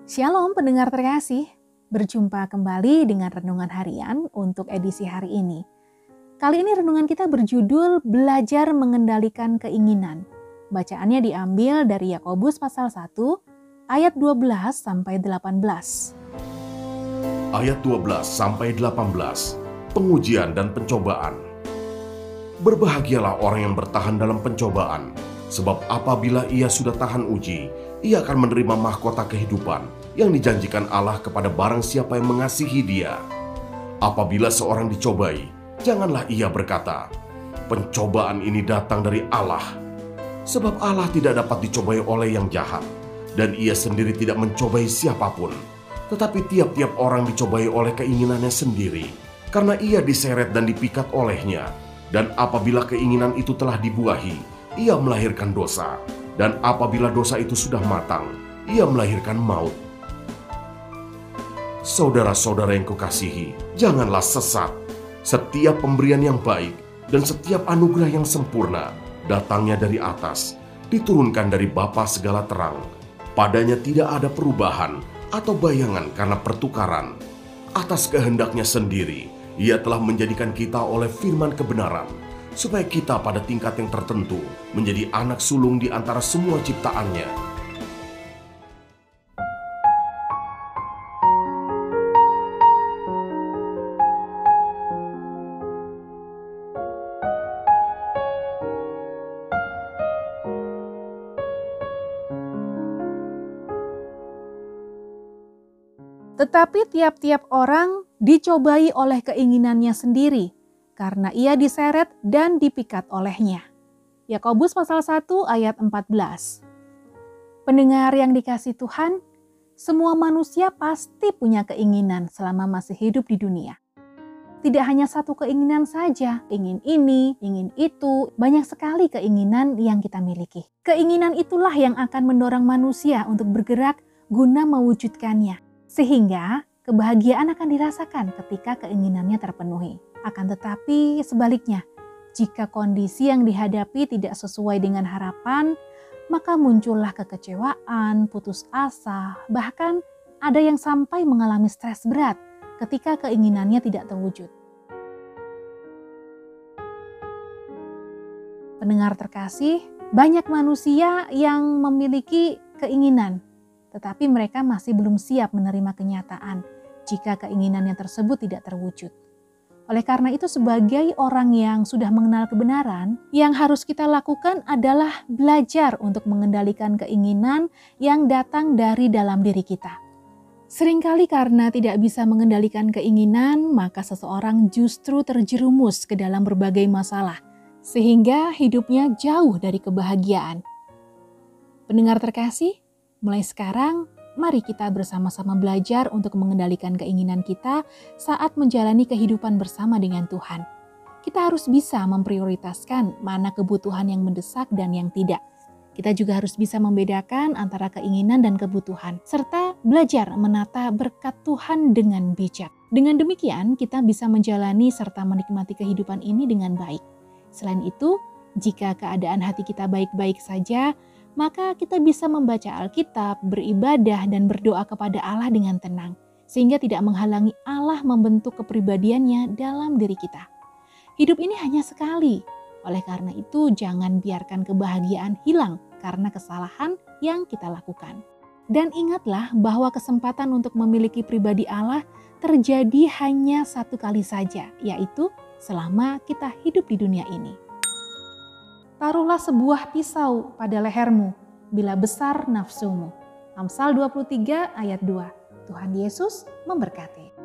Shalom pendengar terkasih, berjumpa kembali dengan Renungan Harian untuk edisi hari ini. Kali ini renungan kita berjudul Belajar Mengendalikan Keinginan. Bacaannya diambil dari Yakobus pasal 1 ayat 12 sampai 18. Ayat 12 sampai 18, pengujian dan pencobaan. Berbahagialah orang yang bertahan dalam pencobaan, sebab apabila ia sudah tahan uji, ia akan menerima mahkota kehidupan yang dijanjikan Allah kepada barang siapa yang mengasihi Dia. Apabila seorang dicobai, janganlah ia berkata, "Pencobaan ini datang dari Allah." Sebab Allah tidak dapat dicobai oleh yang jahat, dan Ia sendiri tidak mencobai siapapun. Tetapi tiap-tiap orang dicobai oleh keinginannya sendiri, karena ia diseret dan dipikat olehnya. Dan apabila keinginan itu telah dibuahi, ia melahirkan dosa. Dan apabila dosa itu sudah matang, ia melahirkan maut. Saudara-saudara yang kukasihi, janganlah sesat. Setiap pemberian yang baik dan setiap anugerah yang sempurna datangnya dari atas, diturunkan dari Bapa segala terang. Padanya tidak ada perubahan atau bayangan karena pertukaran. Atas kehendaknya sendiri, Ia telah menjadikan kita oleh firman kebenaran, supaya kita pada tingkat yang tertentu menjadi anak sulung di antara semua ciptaannya. Tetapi tiap-tiap orang dicobai oleh keinginannya sendiri, karena ia diseret dan dipikat olehnya. Yakobus pasal 1 ayat 14. Pendengar yang dikasihi Tuhan, semua manusia pasti punya keinginan selama masih hidup di dunia. Tidak hanya satu keinginan saja, ingin ini, ingin itu, banyak sekali keinginan yang kita miliki. Keinginan itulah yang akan mendorong manusia untuk bergerak guna mewujudkannya. Sehingga kebahagiaan akan dirasakan ketika keinginannya terpenuhi. Akan tetapi sebaliknya, jika kondisi yang dihadapi tidak sesuai dengan harapan, maka muncullah kekecewaan, putus asa, bahkan ada yang sampai mengalami stres berat ketika keinginannya tidak terwujud. Pendengar terkasih, banyak manusia yang memiliki keinginan, tetapi mereka masih belum siap menerima kenyataan jika keinginannya tersebut tidak terwujud. Oleh karena itu, sebagai orang yang sudah mengenal kebenaran, yang harus kita lakukan adalah belajar untuk mengendalikan keinginan yang datang dari dalam diri kita. Seringkali karena tidak bisa mengendalikan keinginan, maka seseorang justru terjerumus ke dalam berbagai masalah, sehingga hidupnya jauh dari kebahagiaan. Pendengar terkasih, mulai sekarang, mari kita bersama-sama belajar untuk mengendalikan keinginan kita saat menjalani kehidupan bersama dengan Tuhan. Kita harus bisa memprioritaskan mana kebutuhan yang mendesak dan yang tidak. Kita juga harus bisa membedakan antara keinginan dan kebutuhan, serta belajar menata berkat Tuhan dengan bijak. Dengan demikian, kita bisa menjalani serta menikmati kehidupan ini dengan baik. Selain itu, jika keadaan hati kita baik-baik saja, maka kita bisa membaca Alkitab, beribadah, dan berdoa kepada Allah dengan tenang, sehingga tidak menghalangi Allah membentuk kepribadiannya dalam diri kita. Hidup ini hanya sekali, oleh karena itu jangan biarkan kebahagiaan hilang karena kesalahan yang kita lakukan. Dan ingatlah bahwa kesempatan untuk memiliki pribadi Allah terjadi hanya satu kali saja, yaitu selama kita hidup di dunia ini. Taruhlah sebuah pisau pada lehermu bila besar nafsumu. Amsal 23 ayat 2. Tuhan Yesus memberkati.